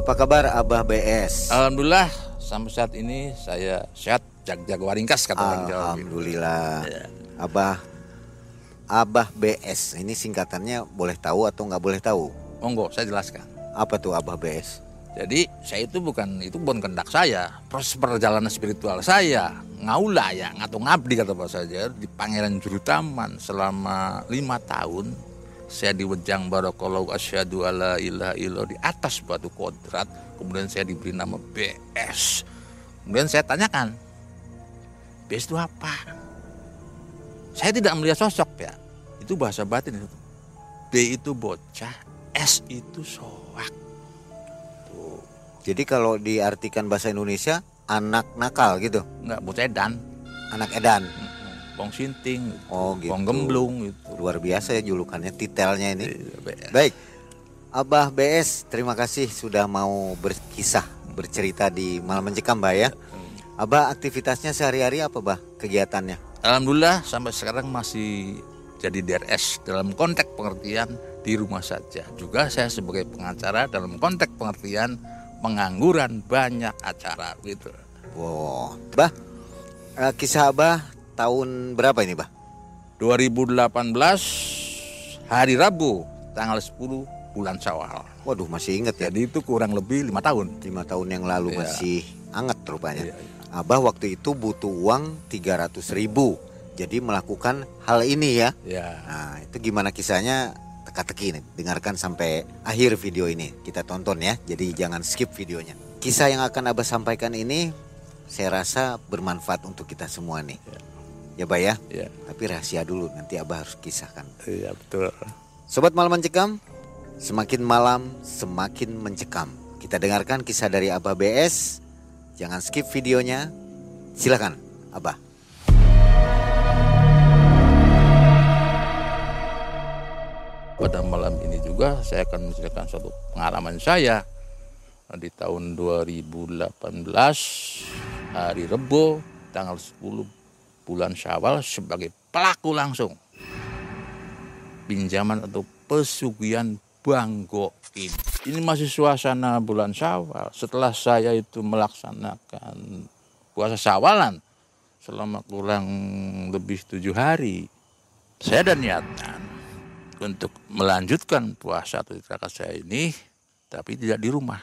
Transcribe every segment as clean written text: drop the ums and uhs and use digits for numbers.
Apa kabar Abah BS? Alhamdulillah sampai saat ini saya sehat, jag waringkas kata orang Jawa. Alhamdulillah. Ya. Abah BS ini singkatannya boleh tahu atau nggak boleh tahu? Monggo saya jelaskan. Apa tuh Abah BS? Jadi saya itu bukan kehendak saya, proses perjalanan spiritual saya, ngaula ya, ngatung ngabdi kata bahasa saya di Pangeran Jurutaman selama 5 tahun. Saya diwejang barakallahu asyhadu alla ilaha illallah di atas batu kodrat. Kemudian saya diberi nama BS. Kemudian saya tanyakan, BS itu apa? Saya tidak melihat sosok ya. Itu bahasa batin itu. B itu bocah, S itu soak. Tuh. Jadi kalau diartikan bahasa Indonesia anak nakal gitu? Enggak, bocah edan. Anak edan. Bong sinting, oh gitu. Bong gemblung gitu. Luar biasa ya julukannya, titelnya ini. BS. Baik, Abah BS, terima kasih sudah mau berkisah, bercerita di Malam Mencekam, Bah ya. Abah aktivitasnya sehari-hari apa, Bah, kegiatannya? Alhamdulillah sampai sekarang masih jadi DRS dalam konteks pengertian di rumah saja. Juga saya sebagai pengacara dalam konteks pengertian pengangguran banyak acara gitu. Wow, Bah, kisah Abah tahun berapa ini, Bah? 2018 hari Rabu tanggal 10 bulan Syawal. Waduh, masih ingat ya. Jadi itu kurang lebih 5 tahun. 5 tahun yang lalu, Iya. Masih anget rupanya. Iya. Abah waktu itu butuh uang 300.000. Jadi melakukan hal ini ya. Ya. Nah, itu gimana kisahnya? Teka-teki nih. Dengarkan sampai akhir video ini. Kita tonton ya. Jadi jangan skip videonya. Kisah yang akan Abah sampaikan ini saya rasa bermanfaat untuk kita semua nih. Ya, Bah ya. Ya. Tapi rahasia dulu, nanti Abah harus kisahkan. Iya, betul. Sobat Malam Mencekam, semakin malam semakin mencekam. Kita dengarkan kisah dari Abah BS. Jangan skip videonya. Silakan, Abah. Pada malam ini juga saya akan menceritakan suatu pengalaman saya di tahun 2018 hari Rebo tanggal 10 bulan Syawal sebagai pelaku langsung pinjaman atau pesugihan banggoin. Ini masih suasana bulan Syawal. Setelah saya itu melaksanakan puasa Syawalan selama kurang lebih 7 hari, saya ada niatan untuk melanjutkan puasa atau tirakat saya ini, tapi tidak di rumah.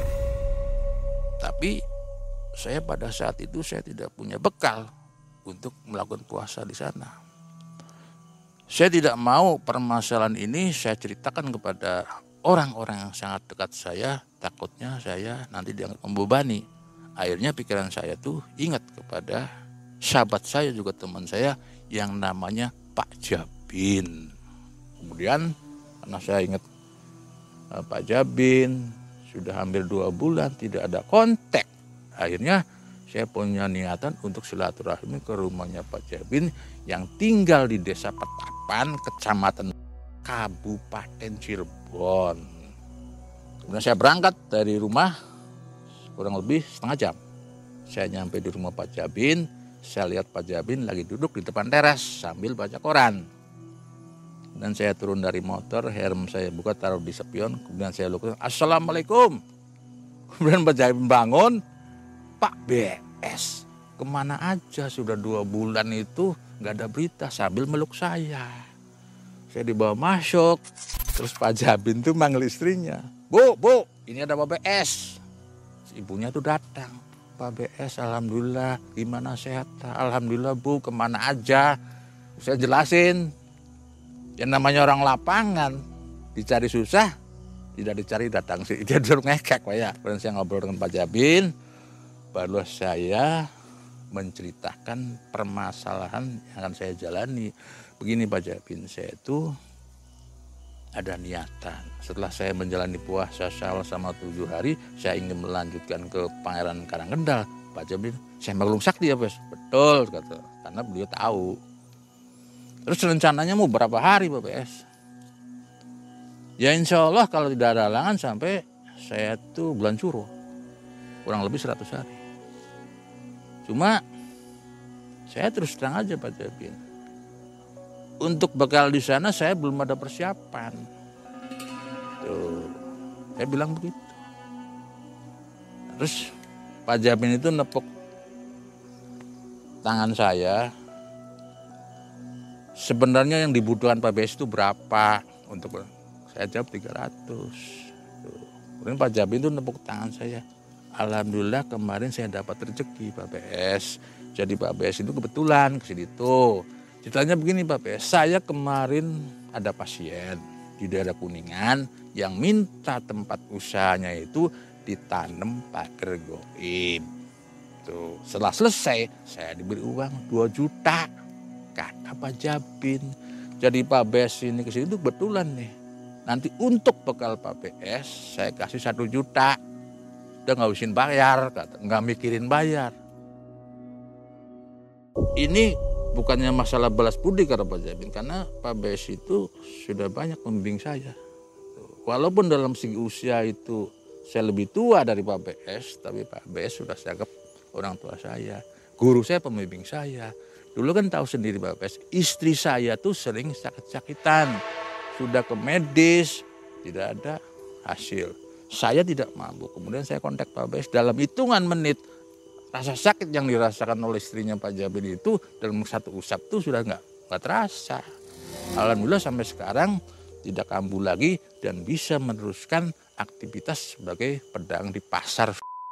Tapi saya pada saat itu saya tidak punya bekal untuk melakukan puasa di sana. Saya tidak mau permasalahan ini saya ceritakan kepada orang-orang yang sangat dekat saya, takutnya saya nanti dianggap membebani. Akhirnya pikiran saya tuh ingat kepada sahabat saya juga teman saya yang namanya Pak Jabin. Kemudian karena saya ingat Pak Jabin sudah hampir 2 bulan tidak ada kontak. Akhirnya saya punya niatan untuk silaturahmi ke rumahnya Pak Jabin yang tinggal di Desa Petapan, Kecamatan Kabupaten Cirebon. Kemudian saya berangkat dari rumah kurang lebih setengah jam. Saya nyampe di rumah Pak Jabin, saya lihat Pak Jabin lagi duduk di depan teras sambil baca koran. Dan saya turun dari motor, helm saya buka taruh di spion, kemudian saya lakukan Assalamualaikum. Kemudian Pak Jabin bangun, Pak BS, kemana aja sudah 2 bulan itu nggak ada berita, sambil meluk saya. Saya dibawa masuk, terus Pak Jabin tuh manggil istrinya, Bu, ini ada Pak BS. Ibunya tuh datang, Pak BS, alhamdulillah, gimana sehat? Alhamdulillah Bu, kemana aja? Saya jelasin, yang namanya orang lapangan, dicari susah, tidak dicari datang sih. Dia dulu ngekek Pak ya. Kemudian saya ngobrol dengan Pak Jabin, baru saya menceritakan permasalahan yang akan saya jalani. Begini Pak Jabin, saya itu ada niatan. Setelah saya menjalani puasa Syawal sama 7 hari, saya ingin melanjutkan ke Pangeran Karangkendal. Pak Jabin, saya magelung sakti ya Bos? Betul, kata. Karena beliau tahu. Terus rencananya mau berapa hari Pak BS? Ya insya Allah kalau tidak ada halangan sampai saya tuh bulan Syuro. Kurang lebih 100 hari. Cuma saya terus terang aja Pak Jabin. Untuk bekal di sana saya belum ada persiapan. Tuh, saya bilang begitu. Terus Pak Jamin itu nepuk tangan saya. Sebenarnya yang dibutuhkan Pak BS itu berapa? Untuk saya jawab 300. Kemudian Pak Jamin itu nepuk tangan saya. Alhamdulillah kemarin saya dapat rezeki Pak BS. Jadi Pak BS itu kebetulan ke sini tuh. Ceritanya begini Pak BS, saya kemarin ada pasien di daerah Kuningan yang minta tempat usahanya itu ditanam pagar goib. Tuh, setelah selesai saya diberi uang 2 juta. Kata Pak Jabin. Jadi Pak BS ini ke sini tuh kebetulan nih. Nanti untuk bekal Pak BS saya kasih 1 juta. Udah nggak usin bayar, kata, nggak mikirin bayar. Ini bukannya masalah balas budi kata Pak Jabin, karena Pak BS itu sudah banyak membimbing saya. Walaupun dalam segi usia itu saya lebih tua dari Pak BS, tapi Pak BS sudah dianggap orang tua saya. Guru saya, pembimbing saya. Dulu kan tahu sendiri Pak BS, istri saya tuh sering sakit-sakitan. Sudah ke medis, tidak ada hasil. Saya tidak mampu. Kemudian saya kontak Pak BS, dalam hitungan menit rasa sakit yang dirasakan oleh istrinya Pak Jabin itu dalam 1 usap itu sudah nggak terasa. Alhamdulillah sampai sekarang tidak kambuh lagi dan bisa meneruskan aktivitas sebagai pedagang di pasar.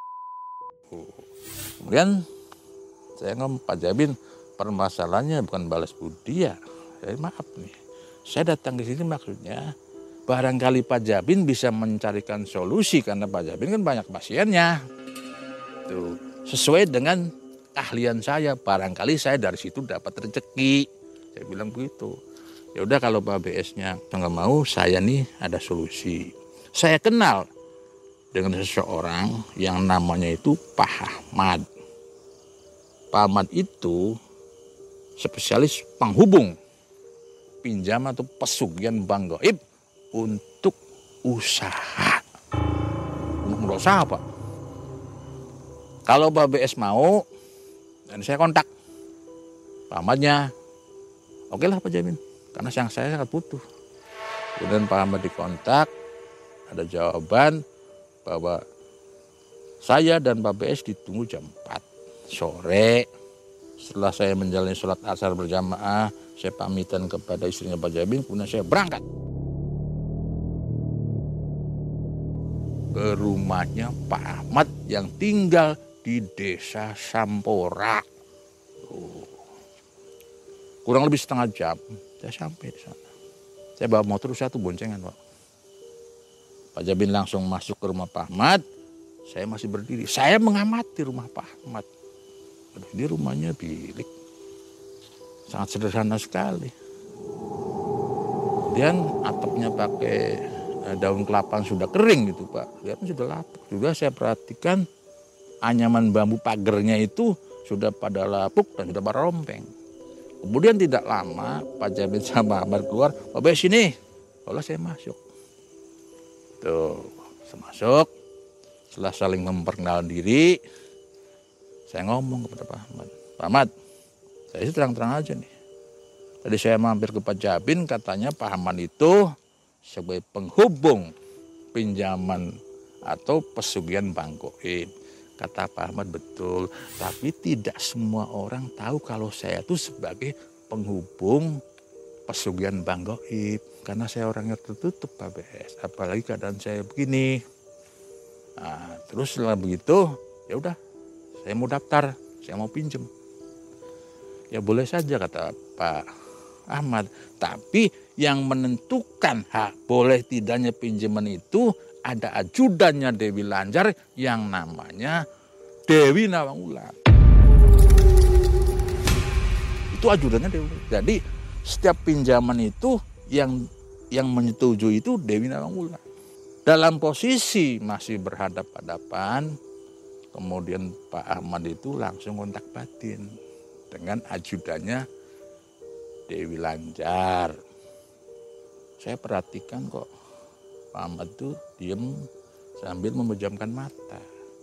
Kemudian saya ngomong, Pak Jabin, permasalahannya bukan balas budi ya. Saya maaf nih, saya datang ke sini maksudnya barangkali Pak Jabin bisa mencarikan solusi karena Pak Jabin kan banyak pasiennya. Tuh, sesuai dengan keahlian saya, barangkali saya dari situ dapat rezeki. Saya bilang begitu. Ya udah kalau Pak BS-nya nggak mau, saya nih ada solusi. Saya kenal dengan seseorang yang namanya itu Pak Ahmad. Pak Ahmad itu spesialis penghubung, pinjam atau pesugihan bank gaib untuk usaha. Untuk usaha apa? Kalau Pak BS mau, dan saya kontak Pak Ahmadnya, oke lah Pak Jamin, karena yang saya sangat butuh. Kemudian Pak Ahmad dikontak, ada jawaban bahwa saya dan Pak BS ditunggu jam 4 sore. Setelah saya menjalani sholat asar berjamaah, saya pamitan kepada istrinya Pak Jamin, kemudian saya berangkat ke rumahnya Pak Ahmad yang tinggal di Desa Sampora. Kurang lebih setengah jam saya sampai di sana. Saya bawa motor satu boncengan Pak. Pak Jabin langsung masuk ke rumah Pak Ahmad. Saya masih berdiri. Saya mengamati rumah Pak Ahmad. Ini rumahnya bilik. Sangat sederhana sekali. Kemudian atapnya pakai daun kelapa sudah kering gitu Pak. Lihatnya sudah lapuk. Juga saya perhatikan anyaman bambu pagernya itu sudah pada lapuk dan sudah pada rompeng. Kemudian tidak lama Pak Jabin sama Ahmad keluar, Pak BS sini. Kalau saya masuk. Tuh, saya masuk. Setelah saling memperkenalkan diri, saya ngomong kepada Pak Ahmad. Pak Ahmad, saya sih terang-terang aja nih. Tadi saya mampir ke Pak Jabin, katanya Pak Ahmad itu sebagai penghubung pinjaman atau pesugihan bank gaib. Kata Pak Ahmad betul, tapi tidak semua orang tahu kalau saya itu sebagai penghubung pesugihan bank gaib. Karena saya orangnya tertutup Pak BS, apalagi keadaan saya begini. Nah, terus setelah begitu, ya udah, saya mau daftar, saya mau pinjem. Ya boleh saja kata Pak Ahmad, tapi yang menentukan hak boleh tidaknya pinjaman itu ada ajudannya Dewi Lanjar yang namanya Dewi Nawangwulan. Itu ajudannya Dewi. Jadi setiap pinjaman itu yang menyetujui itu Dewi Nawangwulan. Dalam posisi masih berhadapan-hadapan, kemudian Pak Ahmad itu langsung kontak batin dengan ajudannya Dewi Lanjar. Saya perhatikan kok Pak Ahmad tuh diem sambil memejamkan mata.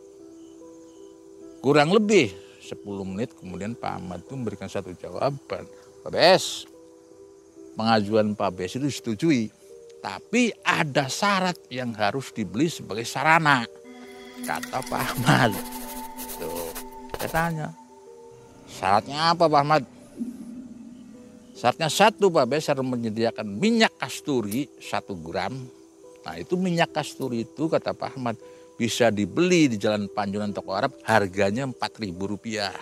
Kurang lebih 10 menit kemudian Pak Ahmad tuh memberikan satu jawaban. Pak BS, pengajuan Pak BS itu disetujui. Tapi ada syarat yang harus dibeli sebagai sarana. Kata Pak Ahmad. Tuh, saya tanya, syaratnya apa Pak Ahmad? Syaratnya satu Pak BES harus menyediakan minyak kasturi 1 gram. Nah itu minyak kasturi itu kata Pak Ahmad bisa dibeli di Jalan Panjunan Toko Arab harganya Rp4.000.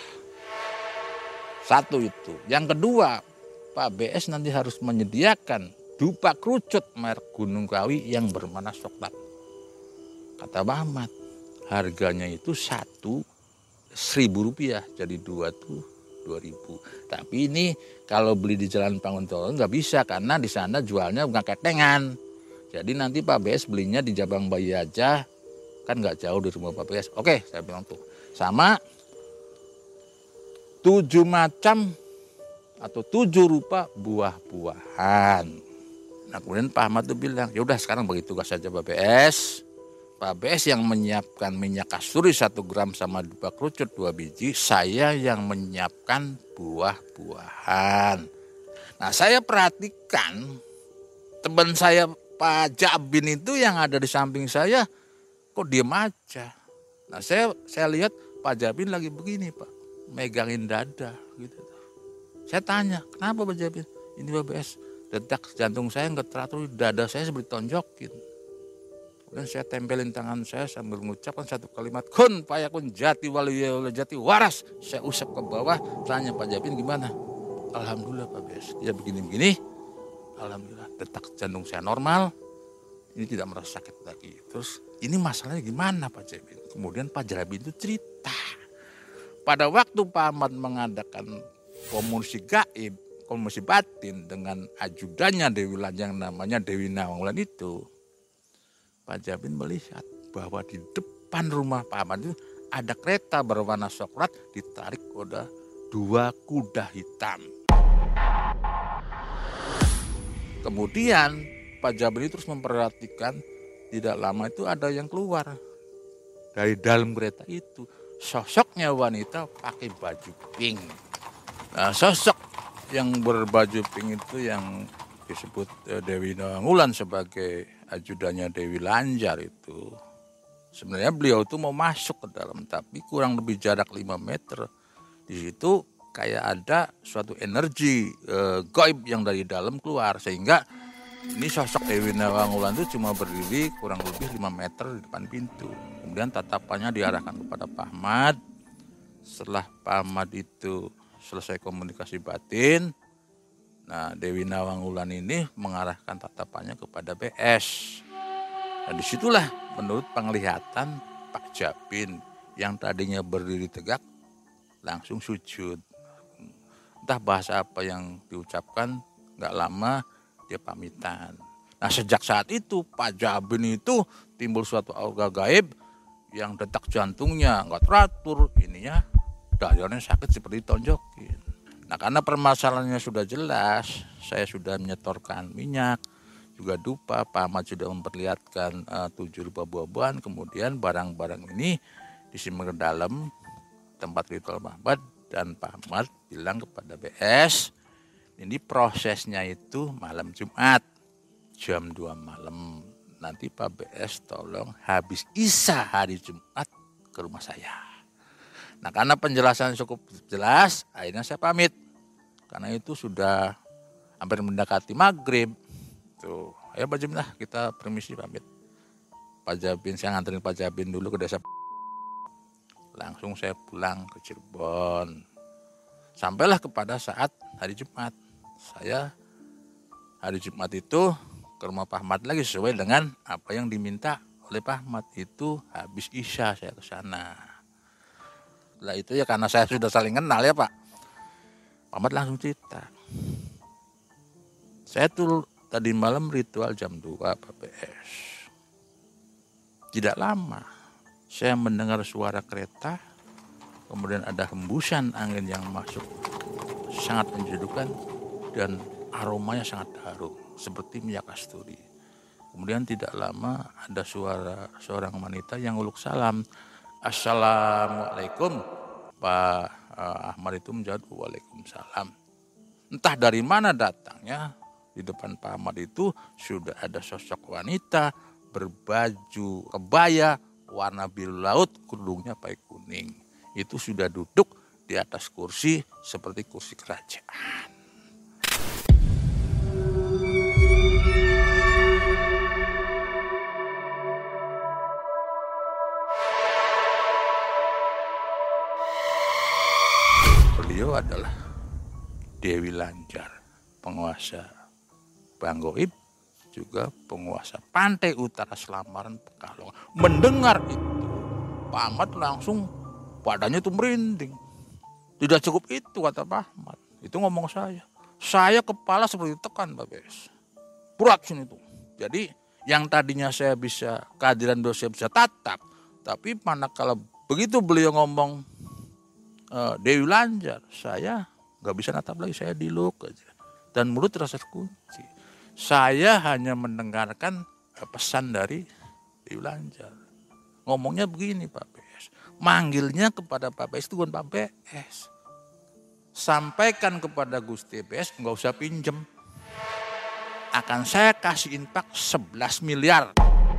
Satu itu. Yang kedua, Pak BS nanti harus menyediakan dupa kerucut merek Gunung Kawi yang berwarna coklat. Kata Pak Ahmad, harganya itu satu Rp1.000, jadi 2 tuh 2.000. Tapi ini kalau beli di Jalan Panguntoro nggak bisa karena di sana jualnya bukan ketengan. Jadi nanti Pak BS belinya di Jabang Bayi aja, kan nggak jauh di rumah Pak BS. Oke, saya bilang tuh. Sama 7 macam atau 7 rupa buah-buahan. Nah kemudian Pak Ahmad tuh bilang, ya udah sekarang bagi tugas saja Pak BS. Pak BS yang menyiapkan minyak kasturi 1 gram sama dupa kerucut 2 biji, saya yang menyiapkan buah-buahan. Nah saya perhatikan teman saya Pak Jabin itu yang ada di samping saya kok diem aja. Nah saya lihat Pak Jabin lagi begini Pak, megangin dada gitu. Saya tanya, kenapa Pak Jabin? Ini Pak BS, detak jantung saya nggak teratur, dada saya seperti tonjokin. Kemudian saya tempelin tangan saya sambil mengucapkan satu kalimat, kun payakun jati wali jati waras. Saya usap ke bawah, tanya Pak Jabin gimana? Alhamdulillah Pak BS, dia begini-begini. Alhamdulillah detak jantung saya normal, ini tidak merasa sakit lagi. Terus ini masalahnya gimana Pak Jabin? Kemudian Pak Jabin itu cerita. Pada waktu Pak Ahmad mengadakan komunikasi gaib, komunikasi batin dengan ajudannya Dewi Lanjang namanya Dewi Nawangulan itu, Pak Jabin melihat bahwa di depan rumah Pak Ahmad itu ada kereta berwarna coklat ditarik oleh 2 kuda hitam. Kemudian Pak Jabin terus memperhatikan tidak lama itu ada yang keluar dari dalam kereta itu. Sosoknya wanita pakai baju pink. Nah, sosok yang berbaju pink itu yang disebut Dewi Nawangulan sebagai ajudannya Dewi Lanjar itu. Sebenarnya beliau itu mau masuk ke dalam, tapi kurang lebih jarak 5 meter. Di situ kayak ada suatu energi gaib yang dari dalam keluar, sehingga ini sosok Dewi Nawangulan itu cuma berdiri kurang lebih 5 meter di depan pintu. Kemudian tatapannya diarahkan kepada Pak Ahmad. Setelah Pak Ahmad itu selesai komunikasi batin, nah Dewi Nawangulan ini mengarahkan tatapannya kepada BS. Dan disitulah menurut penglihatan Pak Jabin yang tadinya berdiri tegak langsung sujud. Entah bahasa apa yang diucapkan, gak lama dia pamitan. Nah sejak saat itu Pak Jabin itu timbul suatu aura gaib yang detak jantungnya nggak teratur, ininya dadanya sakit seperti tonjokin. Nah karena permasalahannya sudah jelas, saya sudah menyetorkan minyak, juga dupa, Pak Ahmad sudah memperlihatkan 7 rupa buah-buahan, kemudian barang-barang ini disimpan ke dalam tempat ritual Mahbat, dan Pak Ahmad bilang kepada BS, ini prosesnya itu malam Jumat, jam 2 malam. Nanti Pak BS tolong habis Isya hari Jumat ke rumah saya. Nah karena penjelasan cukup jelas, akhirnya saya pamit. Karena itu sudah hampir mendekati maghrib. Tuh, ayo Pak Jabin lah kita permisi pamit. Pak Jabin, saya nganterin Pak Jabin dulu ke desa. Langsung saya pulang ke Cirebon. Sampailah kepada saat hari Jumat. Saya hari Jumat itu ke rumah Pak Ahmad lagi sesuai dengan apa yang diminta oleh Pak Ahmad. Itu habis Isya saya ke sana. Setelah itu ya karena saya sudah saling kenal ya Pak. Pak Ahmad langsung cerita. Saya tuh tadi malam ritual jam 2 Pak BS. Tidak lama saya mendengar suara kereta. Kemudian ada hembusan angin yang masuk sangat menyeduhkan dan aromanya sangat harum seperti minyak kasturi. Kemudian tidak lama ada suara seorang wanita yang uluk salam. Assalamualaikum. Pak Ahmad itu menjawab waalaikumsalam. Entah dari mana datangnya, di depan Pak Ahmad itu sudah ada sosok wanita berbaju kebaya warna biru laut, kerudungnya pakai kuning. Itu sudah duduk di atas kursi seperti kursi kerajaan. Beliau adalah Dewi Lanjar, penguasa Banggoib, juga penguasa pantai utara Selamaran Pekalongan. Mendengar itu, Pak Ahmad langsung badannya tuh merinding. Tidak cukup itu, kata Pak Ahmad. Itu ngomong saya. Saya kepala seperti tekan, Pak Bes. Berat sini tuh. Jadi yang tadinya saya bisa, kehadiran beliau saya bisa tatap. Tapi manakala begitu beliau ngomong Dewi Lanjar, saya nggak bisa natap lagi, saya diluk aja. Dan mulut terasa kunci. Saya hanya mendengarkan pesan dari Dewi Lanjar. Ngomongnya begini, Pak PS. Manggilnya kepada Pak PS itu bukan Pak PS. Sampaikan kepada Gusti PS, nggak usah pinjem. Akan saya kasih infak 11 miliar.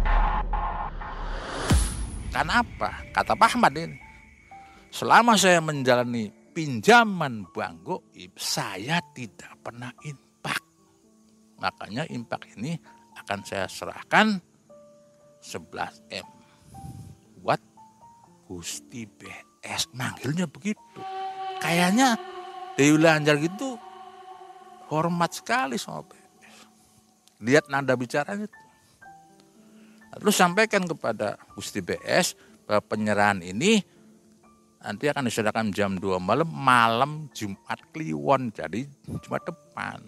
Karena apa? Kata Pak Ahmad ini. Selama saya menjalani pinjaman Banggoib, saya tidak pernah infak. Makanya infak ini akan saya serahkan 11 M buat Gusti BS. Manggilnya begitu. Kayaknya Dewi Lanjar gitu hormat sekali sama BS. Lihat nada bicaranya tuh. Terus sampaikan kepada Gusti BS bahwa penyerahan ini nanti akan diserahkan jam 2 malam Jumat Kliwon, jadi Jumat depan.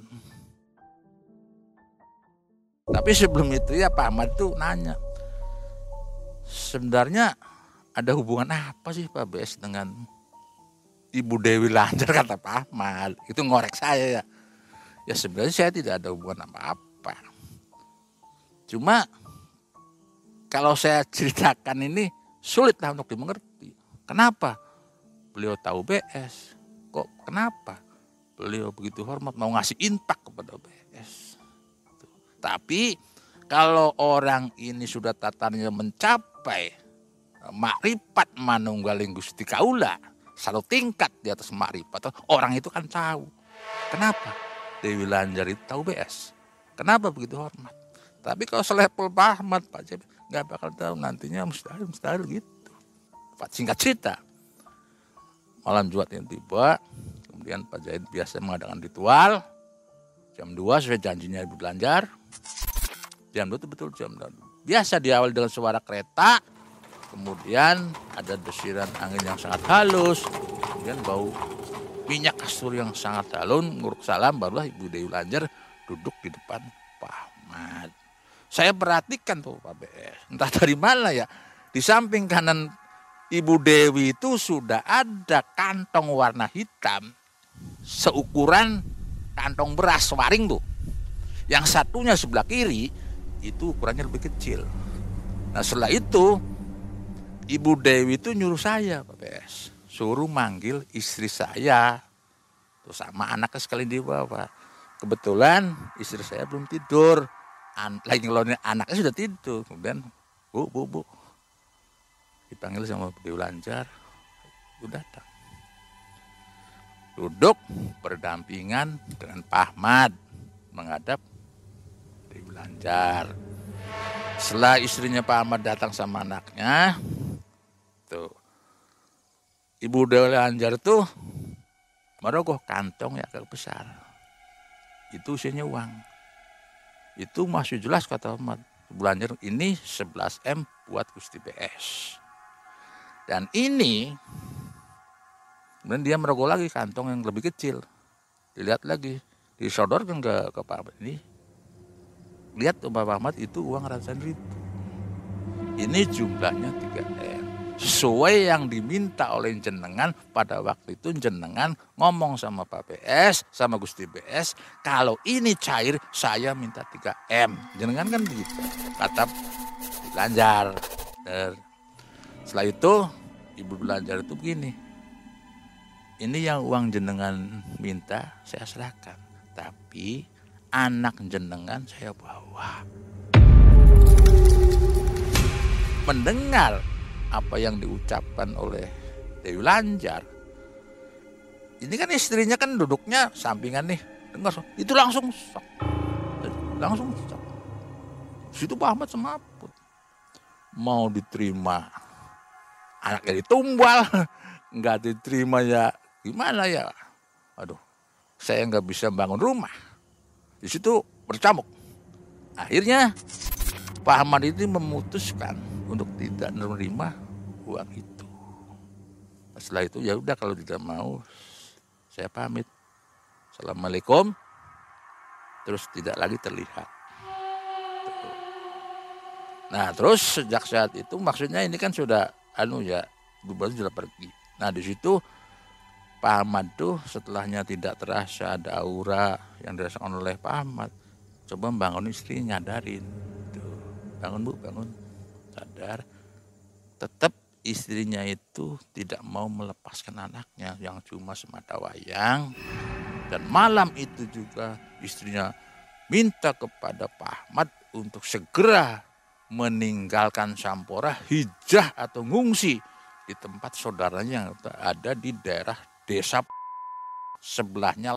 Tapi sebelum itu ya Pak Ahmad tuh nanya, sebenarnya ada hubungan apa sih Pak BS dengan Ibu Dewi Lanjar, kata Pak Ahmad. Itu ngorek saya ya. Ya sebenarnya saya tidak ada hubungan apa-apa. Cuma kalau saya ceritakan ini sulit lah untuk dimengerti. Kenapa? Beliau tahu BS. Kok kenapa? Beliau begitu hormat mau ngasih infak kepada BS. Tapi kalau orang ini sudah tatannya mencapai makrifat manunggaling Gusti Kaula, satu tingkat di atas makrifat, orang itu kan tahu. Kenapa? Dewi Lanjar itu tahu BS. Kenapa begitu hormat? Tapi kalau selevel Pak Ahmad, Pak Jeb, nggak bakal tahu, nantinya mustahil gitu. Singkat cerita, malam Jumat yang tiba, kemudian Pak Zahid biasa mengadakan ritual. Jam 2 sesuai janjinya Ibu Lanjar. Jam 2 itu betul jam 2. Biasa diawali dengan suara kereta, kemudian ada desiran angin yang sangat halus, kemudian bau minyak kasturi yang sangat halus. Nguruk salam, barulah Ibu Dewi Lanjar duduk di depan Pak Ahmad. Saya perhatikan tuh Pak BS, entah dari mana ya, di samping kanan Ibu Dewi itu sudah ada kantong warna hitam seukuran kantong beras waring tuh. Yang satunya sebelah kiri itu ukurannya lebih kecil. Nah setelah itu Ibu Dewi itu nyuruh saya Pak BS, suruh manggil istri saya tuh sama anaknya sekali di bawah. Kebetulan istri saya belum tidur, lagi ngelonin anaknya sudah tidur. Kemudian bu dipanggil sama Dewi Lanjar, udah datang. Duduk berdampingan dengan Pak Ahmad menghadap Dewi Lanjar. Setelah istrinya Pak Ahmad datang sama anaknya, tuh Ibu Dewi Lanjar tuh merogoh kantong yang agak besar. Itu isinya uang. Itu masih jelas kata Ahmad. Ibu Lanjar, ini 11 M buat Gusti BS. Dan ini, kemudian dia merogoh lagi kantong yang lebih kecil. Dilihat lagi, disodorkan ke Pak Ahmad. Ini, lihat Pak Ahmad itu uang ratusan ribu. Ini jumlahnya 3M. Sesuai yang diminta oleh jenengan pada waktu itu, jenengan ngomong sama Pak BS, sama Gusti BS, kalau ini cair saya minta 3M. Jenengan kan begitu, kata Lanjar. Setelah itu Ibu Lanjar itu begini, ini yang uang jenengan minta saya serahkan, tapi anak jenengan saya bawa. Mendengar apa yang diucapkan oleh Dewi Lanjar. Ini kan istrinya kan duduknya sampingan nih, dengar itu langsung shock. Situ Pak Ahmad semaput. Mau diterima anaknya ditumbal, nggak diterima ya gimana ya. Aduh, saya nggak bisa bangun rumah. Di situ bercamuk. Akhirnya Pak Ahmad itu memutuskan untuk tidak menerima uang itu. Setelah itu ya udah, kalau tidak mau saya pamit. Assalamualaikum. Terus tidak lagi terlihat. Nah terus sejak saat itu, maksudnya ini kan sudah gubernur sudah pergi. Nah di situ Pak Ahmad tuh setelahnya tidak terasa ada aura yang dirasakan oleh Pak Ahmad, coba bangun istrinya, nyadarin. Tuh, bangun Bu, bangun. Sadar. Tetap istrinya itu tidak mau melepaskan anaknya yang cuma semata wayang. Dan malam itu juga istrinya minta kepada Pak Ahmad untuk segera meninggalkan Sampora, hijrah atau ngungsi di tempat saudaranya yang ada di daerah desa sebelahnya.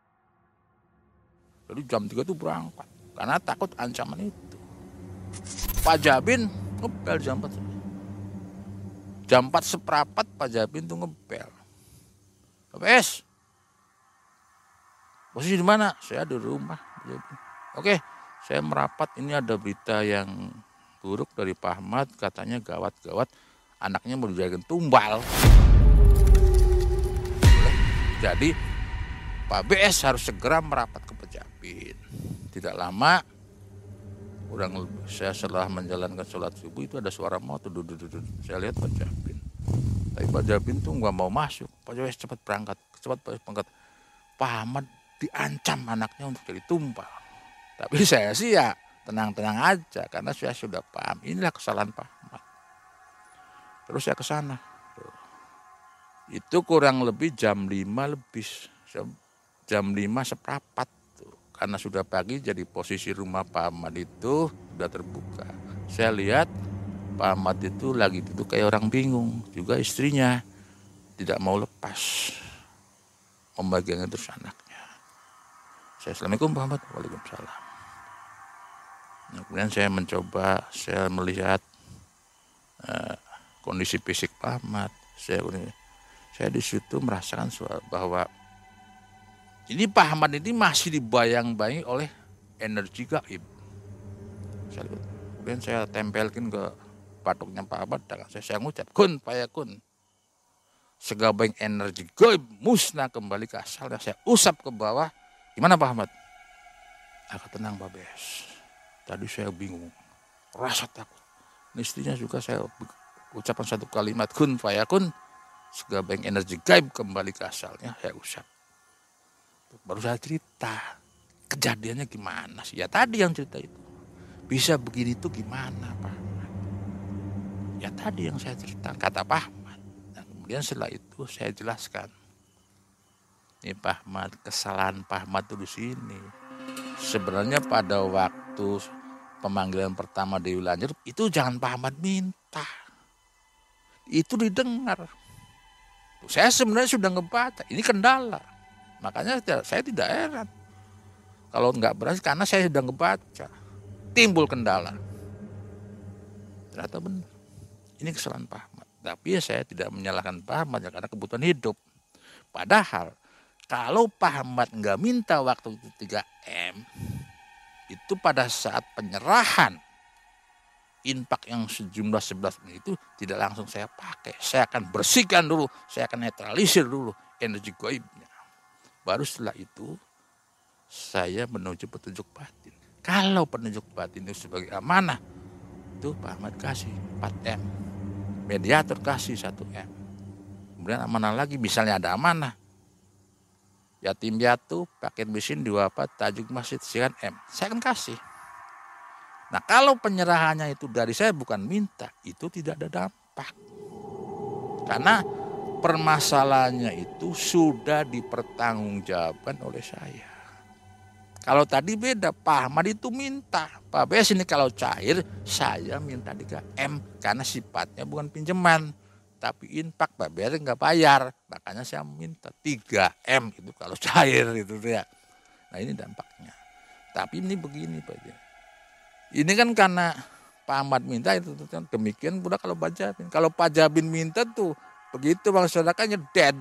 Jadi jam 3 itu berangkat karena takut ancaman itu. Pak Jabin ngepel jam 4. Jam 4 seperempat Pak Jabin tuh ngepel. KPS, posisi di mana? Saya di rumah. Oke, saya merapat, ini ada berita yang buruk dari Pak Ahmad, katanya gawat-gawat, anaknya mau dijadikan tumbal. Jadi Pak BS harus segera merapat ke Pejabin. Tidak lama, saya setelah menjalankan sholat subuh itu ada suara motor, saya lihat Pak Jabin. Tapi Pak Jabin tuh nggak mau masuk. Pak Jabin cepat berangkat. Pak Ahmad diancam anaknya untuk jadi tumbal. Tapi saya sih ya tenang-tenang aja karena saya sudah paham inilah kesalahan Pak Ahmad. Terus saya ke sana. Itu kurang lebih jam 5 lebih. Jam 5 seperempat. Karena sudah pagi, jadi posisi rumah Pak Ahmad itu sudah terbuka. Saya lihat Pak Ahmad itu lagi duduk kayak orang bingung. Juga istrinya tidak mau lepas memegangnya terus anaknya. Saya Assalamualaikum Pak Ahmad. Waalaikumsalam. Nah, kemudian saya melihat kondisi fisik Pak Ahmad. Saya di situ merasakan bahwa ini Pak Ahmad ini masih dibayang-bayangi oleh energi gaib. Kemudian saya tempelkin ke patuknya Pak Ahmad, dan saya ngucap, kun payakun. Segala energi gaib musnah kembali ke asalnya. Saya usap ke bawah. Gimana Pak Ahmad? Agak tenang Pak Bes. Tadi saya bingung, rasa takut. Istrinya juga saya ucapkan satu kalimat, kun fayakun, segala energi gaib kembali ke asalnya, saya usap. Baru saya cerita, kejadiannya gimana sih? Ya tadi yang cerita itu. Bisa begini tuh gimana Pak Ahmad? Ya tadi yang saya cerita, kata Pak Ahmad. Dan kemudian setelah itu saya jelaskan. Ini Pak Ahmad, kesalahan Pak Ahmad itu di sini. Sebenarnya pada waktu pemanggilan pertama Dewi Lanjar itu jangan Pak Ahmad minta, itu didengar. Saya sebenarnya sudah ngebaca, ini kendala, makanya saya tidak heran kalau nggak berhasil karena saya sudah ngebaca, timbul kendala. Ternyata benar, ini kesalahan Pak Ahmad. Tapi ya saya tidak menyalahkan Pak Ahmad ya, karena kebutuhan hidup. Padahal kalau Pak Ahmad nggak minta waktu itu 3M, itu pada saat penyerahan infak yang sejumlah 11 menit itu tidak langsung saya pakai. Saya akan bersihkan dulu, saya akan netralisir dulu energi gaibnya. Baru setelah itu saya menuju petunjuk batin. Kalau petunjuk batin itu sebagai amanah, itu Pak Ahmad kasih 4M. Mediator kasih 1M. Kemudian amanah lagi, misalnya ada amanah. Yatim piatu, paket mesin 24, tajuk masjid sekian M. Saya akan kasih. Nah kalau penyerahannya itu dari saya bukan minta, itu tidak ada dampak. Karena permasalahannya itu sudah dipertanggungjawabkan oleh saya. Kalau tadi beda, Pak Ahmad itu minta. Pak BS ini kalau cair, saya minta 3M. Karena sifatnya bukan pinjaman. Tapi infak, Pak BS nggak bayar. Makanya saya minta 3M itu kalau cair itu ya. Nah ini dampaknya. Tapi ini begini Pak. Ini kan karena Pak Ahmad minta itu. Demikian pula kalau Pak Jabin. Kalau Pak Jabin minta tuh, begitu Bang Saudara dead.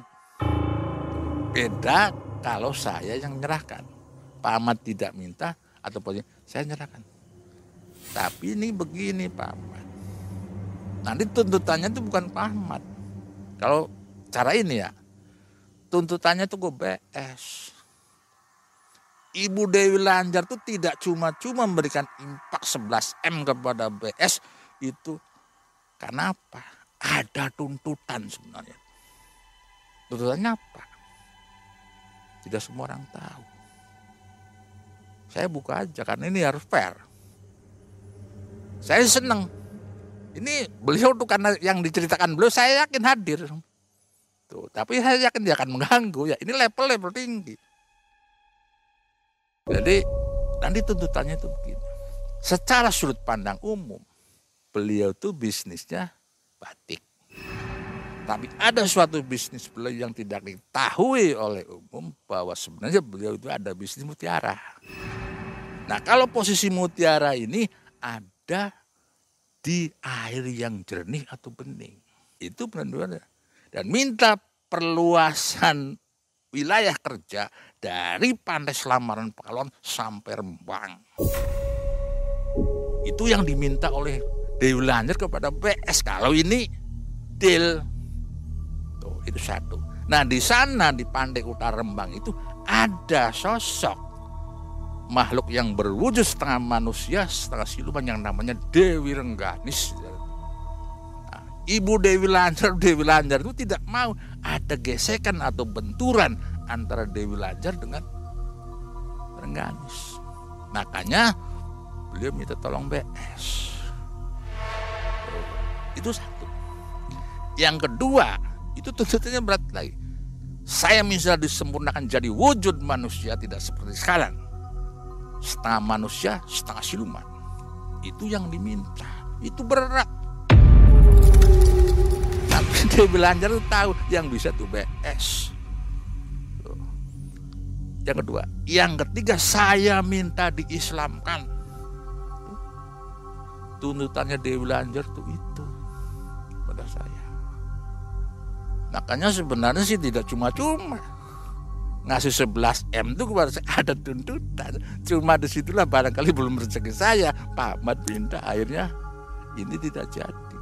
Beda kalau saya yang nyerahkan. Pak Ahmad tidak minta atau saya nyerahkan. Tapi ini begini Pak Ahmad. Nanti tuntutannya itu bukan Pak Ahmad. Kalau cara ini ya, tuntutannya itu ke BS. Ibu Dewi Lanjar itu tidak cuma-cuma memberikan impak 11M kepada BS itu. Karena apa? Ada tuntutan sebenarnya. Tuntutannya apa? Tidak semua orang tahu. Saya buka aja karena ini harus fair. Saya senang. Ini beliau tuh karena yang diceritakan beliau saya yakin hadir. Tuh, tapi saya yakin dia akan mengganggu ya. Ini level tinggi. Jadi nanti tuntutannya itu begini. Secara sudut pandang umum, beliau tuh bisnisnya batik. Tapi ada suatu bisnis beliau yang tidak diketahui oleh umum bahwa sebenarnya beliau itu ada bisnis mutiara. Nah kalau posisi mutiara ini ada di air yang jernih atau bening. Itu benar-benar. Dan minta perluasan wilayah kerja dari Pantai Selamaran Pekalongan sampai Rembang. Itu yang diminta oleh Dewi Lanjar kepada BS. Kalau ini deal. Tuh, itu satu. Nah di sana di Pantai Utara Rembang itu ada sosok makhluk yang berwujud setengah manusia, setengah siluman yang namanya Dewi Rengganis. Nah, Ibu Dewi Lanjar itu tidak mau ada gesekan atau benturan antara Dewi Lanjar dengan Rengganis. Makanya beliau minta tolong BS. Itu satu. Yang kedua, itu tuntutannya berat lagi. Saya misalnya disempurnakan jadi wujud manusia tidak seperti sekarang. Setengah manusia, setengah siluman. Itu yang diminta. Itu berat. Tapi Dewi Lanjar itu tahu yang bisa tuh BS. Yang kedua. Yang ketiga saya minta diislamkan. Tuntutannya Dewi Lanjar tuh itu pada saya. Makanya sebenarnya sih tidak cuma-cuma. Ngasih 11M itu kepada saya ada tuntutan. Cuma disitulah barangkali belum rezeki saya. Pak Ahmad minta akhirnya ini tidak jadi.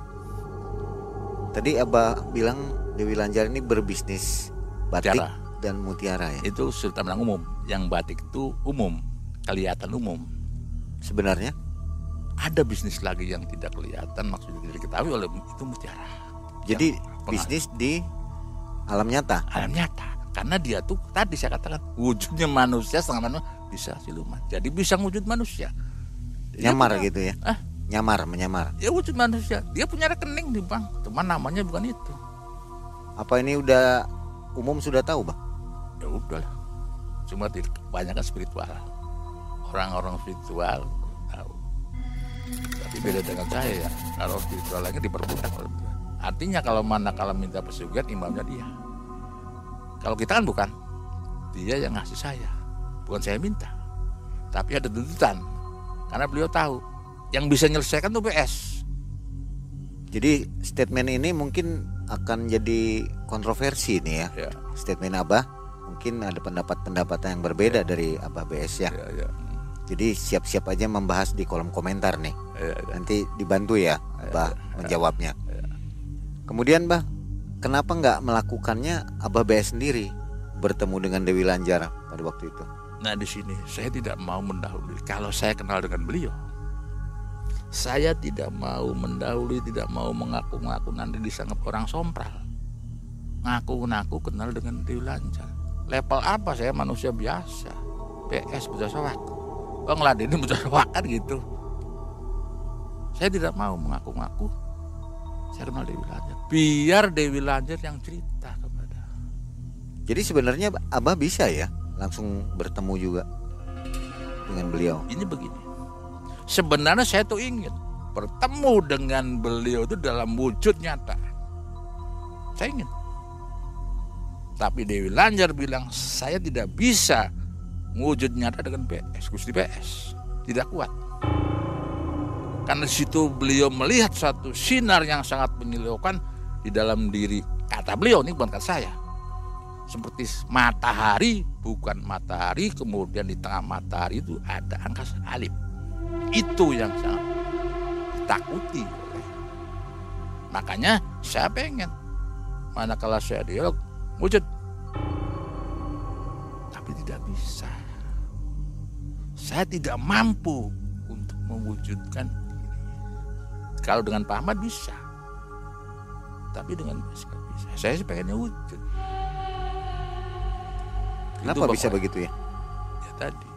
Tadi Abah bilang Dewi Lanjar ini berbisnis batik mutiara dan mutiara ya? Itu sudut pandang umum. Yang batik itu umum, kelihatan umum. Sebenarnya? Ada bisnis lagi yang tidak kelihatan, maksudnya tidak diketahui oleh itu mutiara. Jadi bisnis di alam nyata? Alam nyata. Karena dia tuh tadi saya katakan wujudnya manusia setengah manusia bisa siluman. Jadi bisa wujud manusia. Nyamar gitu ya? Menyamar. Ya wujud manusia. Dia punya rekening di bank. Cuma namanya bukan itu. Apa ini udah umum sudah tahu Bang? Ya udahlah. Cuma kebanyakan spiritual. Orang-orang spiritual tahu. Tapi beda dengan saya ya. Kalau spiritual lagi diperbudak. Artinya kalau minta pesugihan imamnya dia. Kalau kita kan bukan, dia yang ngasih saya, bukan saya minta. Tapi ada tuntutan, karena beliau tahu yang bisa menyelesaikan tuh BS. Jadi statement ini mungkin akan jadi kontroversi nih ya. Statement Abah mungkin ada pendapat yang berbeda dari Abah BS ya. Jadi siap-siap aja membahas di kolom komentar nih. Nanti dibantu ya Abah menjawabnya. Kemudian Bah, kenapa nggak melakukannya Abah BS sendiri bertemu dengan Dewi Lanjar pada waktu itu? Nah di sini saya tidak mau mendahului. Kalau saya kenal dengan beliau, saya tidak mau mendahului, tidak mau mengaku-ngaku nanti disanggap orang sompral. Ngaku-ngaku kenal dengan Dewi Lanjar. Level apa? Saya manusia biasa. BS Mujasawak. Bang Ladeni Mujasawak kan gitu. Saya tidak mau mengaku-ngaku saya kenal Dewi Lanjar. Biar Dewi Lanjar yang cerita kepada. Jadi sebenarnya Abah bisa ya langsung bertemu juga. dengan beliau? Ini begini. Sebenarnya saya tuh ingin bertemu dengan beliau itu dalam wujud nyata. Saya ingin. Tapi Dewi Lanjar bilang saya tidak bisa wujud nyata dengan PS, Gusti PS. Tidak kuat. Karena di situ beliau melihat satu sinar yang sangat menyilaukan di dalam diri. Kata beliau, ini bukan kata saya. Seperti matahari, bukan matahari, kemudian di tengah matahari itu ada angkasa alif. Itu yang sangat ditakuti. Makanya saya pengen, manakala saya dialog, wujud. Tapi tidak bisa. Saya tidak mampu untuk mewujudkan diri. Kalau dengan Pak Ahmad bisa. Tapi dengan Mas nggak bisa. Saya sih pengennya wujud. Kenapa bisa begitu ya? Ya tadi.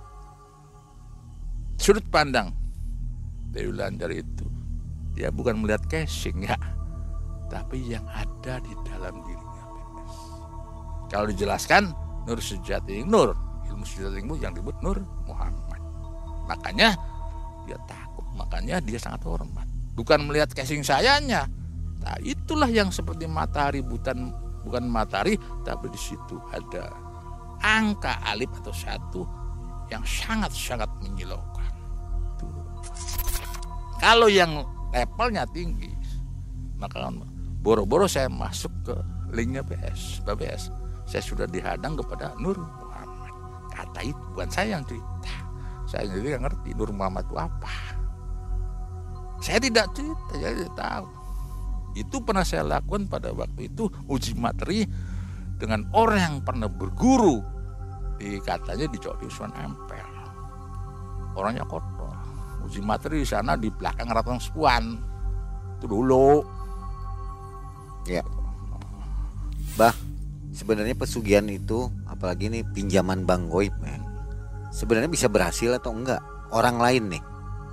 Sudut pandang Dewi Lanjar itu, dia bukan melihat casing ya, tapi yang ada di dalam dirinya PS. Kalau dijelaskan, Nur sejati Nur, ilmu sejati ilmu yang disebut Nur Muhammad. Makanya dia takut, makanya dia sangat hormat. Bukan melihat casing sayanya. Nah, itulah yang seperti matahari, bukan matahari, tapi di situ ada angka alif atau satu yang sangat-sangat menyilaukan. Tuh. Kalau yang levelnya tinggi, maka boro-boro saya masuk ke linknya BBS. Saya sudah dihadang kepada Nur Muhammad. Kata itu bukan saya yang cerita. Saya sendiri nggak ngerti Nur Muhammad itu apa. Saya tidak cerita, saya tidak tahu. Itu pernah saya lakukan pada waktu itu uji materi dengan orang yang pernah berguru di katanya di Cok Usman Ampel. Orangnya kotor. Uji materi di sana di belakang Ratan Sepuan. Itu dulu. Ya. Bah, sebenarnya pesugihan itu, apalagi nih pinjaman Bang Goib, sebenarnya bisa berhasil atau enggak? Orang lain nih.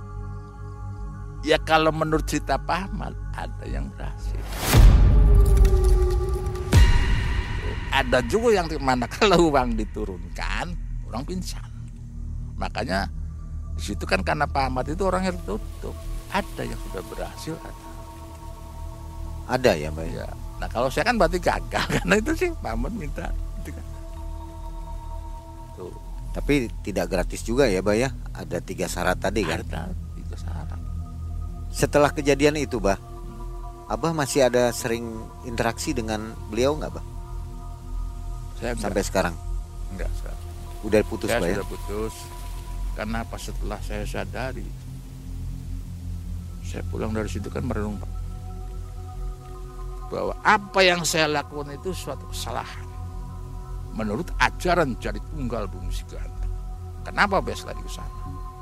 Ya kalau menurut cerita Pak Ahmad ada yang berhasil. Ada juga yang mana kalau uang diturunkan orang pingsan. Makanya di situ kan karena Pak Ahmad itu orangnya tertutup. Ada yang sudah berhasil ada. Ada ya Mbak? Ya. Nah kalau saya kan berarti gagal karena itu sih Pak Ahmad minta. Tuh. Tapi tidak gratis juga ya Mbak ya? Ada 3 syarat tadi kan? Ada 3 syarat. Setelah kejadian itu, Bah, Abah masih ada sering interaksi dengan beliau nggak, Bah? Saya sampai sekarang? Enggak, sekarang. Udah putus, Bah? Ya? Sudah putus. Karena pas setelah saya sadari, saya pulang dari situ kan merenung bahwa apa yang saya lakukan itu suatu kesalahan. Menurut ajaran Jari Tunggal Bumi Siganda. Kenapa bes lagi ke sana?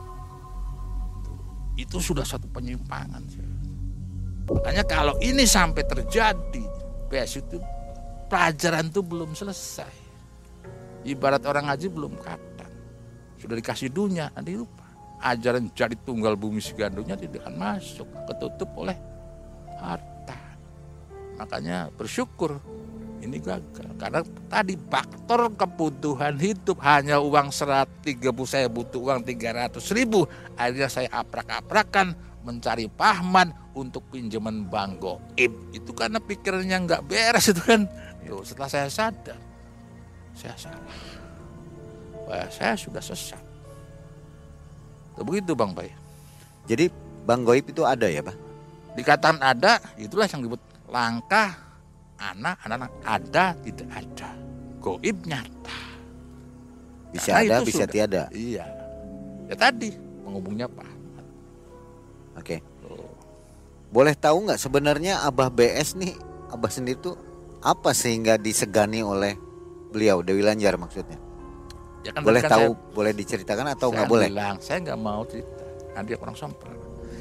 Itu sudah satu penyimpangan. Makanya kalau ini sampai terjadi, PS itu pelajaran itu belum selesai. Ibarat orang ngaji belum kadang. Sudah dikasih dunia, nanti lupa. Ajaran Jari Tunggal Bumi Sigandunya tidak akan masuk, ketutup oleh harta. Makanya bersyukur ini gagal. Karena tadi faktor kebutuhan hidup hanya uang 130, saya butuh uang 300.000. Akhirnya saya aprak-aprakan mencari Pahman untuk pinjaman Bang Goib. Itu karena pikirannya nggak beres itu kan. Yo, setelah saya sadar, saya salah. Wah, saya sudah sesat. Begitu Bang Bay. Jadi Bang Goib itu ada ya Pak? Dikatakan ada, itulah yang disebut langkah anak-anak ada tidak ada. Goib nyata. Bisa Karena ada, itu bisa sudah, tiada. Iya. Ya tadi menghubungnya Pak. Oke. Boleh tahu nggak sebenarnya Abah BS nih, Abah sendiri tuh apa sehingga disegani oleh beliau, Dewi Lanjar maksudnya? Ya kan, boleh kan tahu, boleh diceritakan atau nggak boleh? Saya nggak mau cerita. Nanti orang sompral.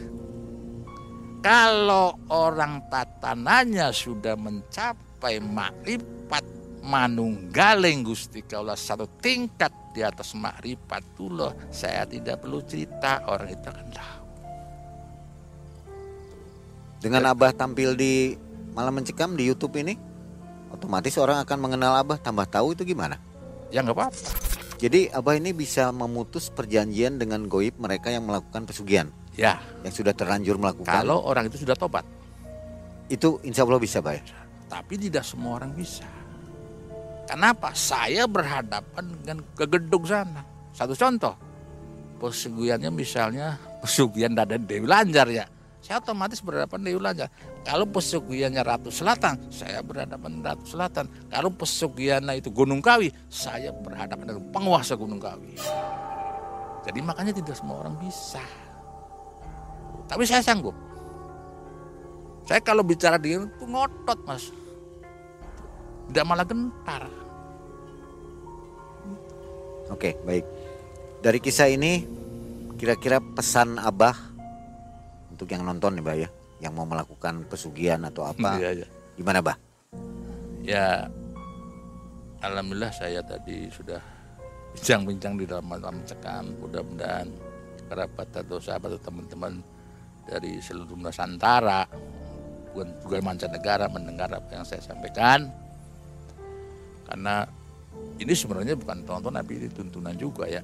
Kalau orang tatananya sudah mencapai makrifat manunggaling Gusti Kaula satu tingkat di atas makrifatullah, saya tidak perlu cerita, orang itu akan tahu. Dengan Abah tampil di Malam Mencekam di YouTube ini, otomatis orang akan mengenal Abah, tambah tahu itu gimana? Ya nggak apa-apa. Jadi Abah ini bisa memutus perjanjian dengan goib mereka yang melakukan pesugihan, Ya, yang sudah terlanjur melakukan. kalau orang itu sudah tobat. Itu insya Allah bisa, Pak ya? Tapi tidak semua orang bisa. Kenapa? Saya berhadapan dengan ke gedung sana. Satu contoh, pesugihannya misalnya pesugihan Raden Dewi Lanjar ya. Saya otomatis berhadapan Dewi Lanjar. Kalau pesugihannya Ratu Selatan, saya berhadapan dengan Ratu Selatan. Kalau pesugihannya itu Gunung Kawi, saya berhadapan dengan penguasa Gunung Kawi. Jadi makanya tidak semua orang bisa. Tapi saya sanggup. Saya kalau bicara dengan itu ngotot, Mas. Tidak malah gentar. Oke, baik. Dari kisah ini, kira-kira pesan Abah untuk yang nonton nih, Bah ya, yang mau melakukan pesugihan atau apa, Iya, iya. gimana, Bah? Ya, alhamdulillah saya tadi sudah bincang-bincang di dalam malam mencekam. Mudah-mudahan kerabat atau sahabat atau teman-teman dari seluruh Nusantara, bukan juga mancanegara mendengar apa yang saya sampaikan. Karena ini sebenarnya bukan tonton tapi ini tuntunan juga ya.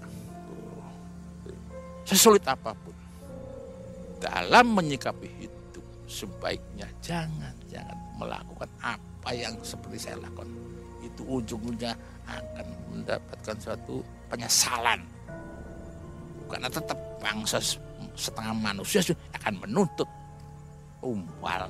Sesulit apapun dalam menyikapi hidup, sebaiknya jangan melakukan apa yang seperti saya lakukan. Itu ujung-ujungnya akan mendapatkan suatu penyesalan. Karena tetap bangsa setengah manusia akan menuntut umpal.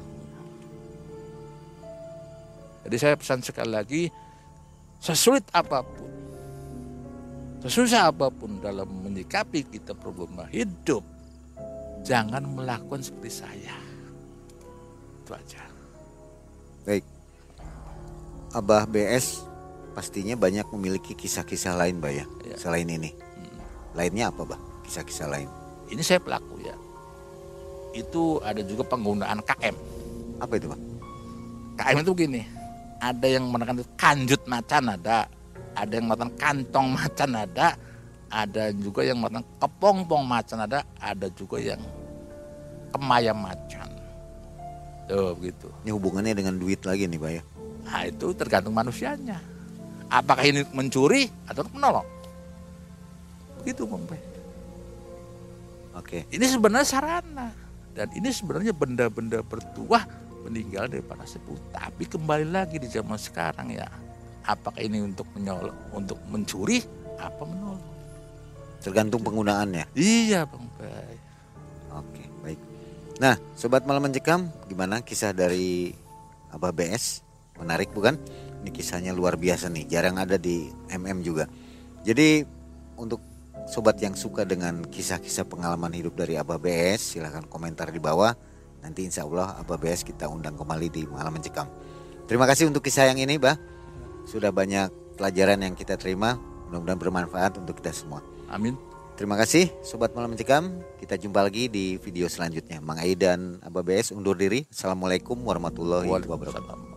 Jadi saya pesan sekali lagi, sesulit apapun, sesusah apapun dalam menyikapi kita problema hidup, jangan melakukan seperti saya. Itu aja. Baik. Abah BS pastinya banyak memiliki kisah-kisah lain, Bah ya, Ya. selain ini. Lainnya apa, Bah? Kisah-kisah lain. Ini saya pelaku ya. Itu ada juga penggunaan KM. Apa itu, Bah? KM itu begini, ada yang menggunakan kanjut macan ada yang menggunakan kantong macan ada juga yang menggunakan kepompong macan ada juga yang kemayam macan. Tuh begitu. Ini hubungannya dengan duit lagi nih, Bah ya. Nah itu tergantung manusianya. Apakah ini mencuri atau menolong? Begitu Bang Bay. Oke. Ini sebenarnya sarana. Dan ini sebenarnya benda-benda bertuah meninggal dari para sepuh. Tapi kembali lagi di zaman sekarang ya. Apakah ini untuk untuk mencuri apa menolong? Tergantung penggunaannya. Iya Bang Bay. Oke, baik. Nah, Sobat Malam Mencekam, gimana kisah dari Abah BS? Menarik bukan? Ini kisahnya luar biasa nih, jarang ada di MM juga. Jadi untuk sobat yang suka dengan kisah-kisah pengalaman hidup dari Abah BS, silahkan komentar di bawah. Nanti insya Allah Abah BS kita undang kembali di Malam Mencekam. Terima kasih untuk kisah yang ini, Bah. Sudah banyak pelajaran yang kita terima, mudah-mudahan bermanfaat untuk kita semua. Amin. Terima kasih Sobat Malam Mencekam. Kita jumpa lagi di video selanjutnya. Mang Ai dan Abah BS undur diri. Assalamualaikum warahmatullahi wabarakatuh. Waalaikumsalam.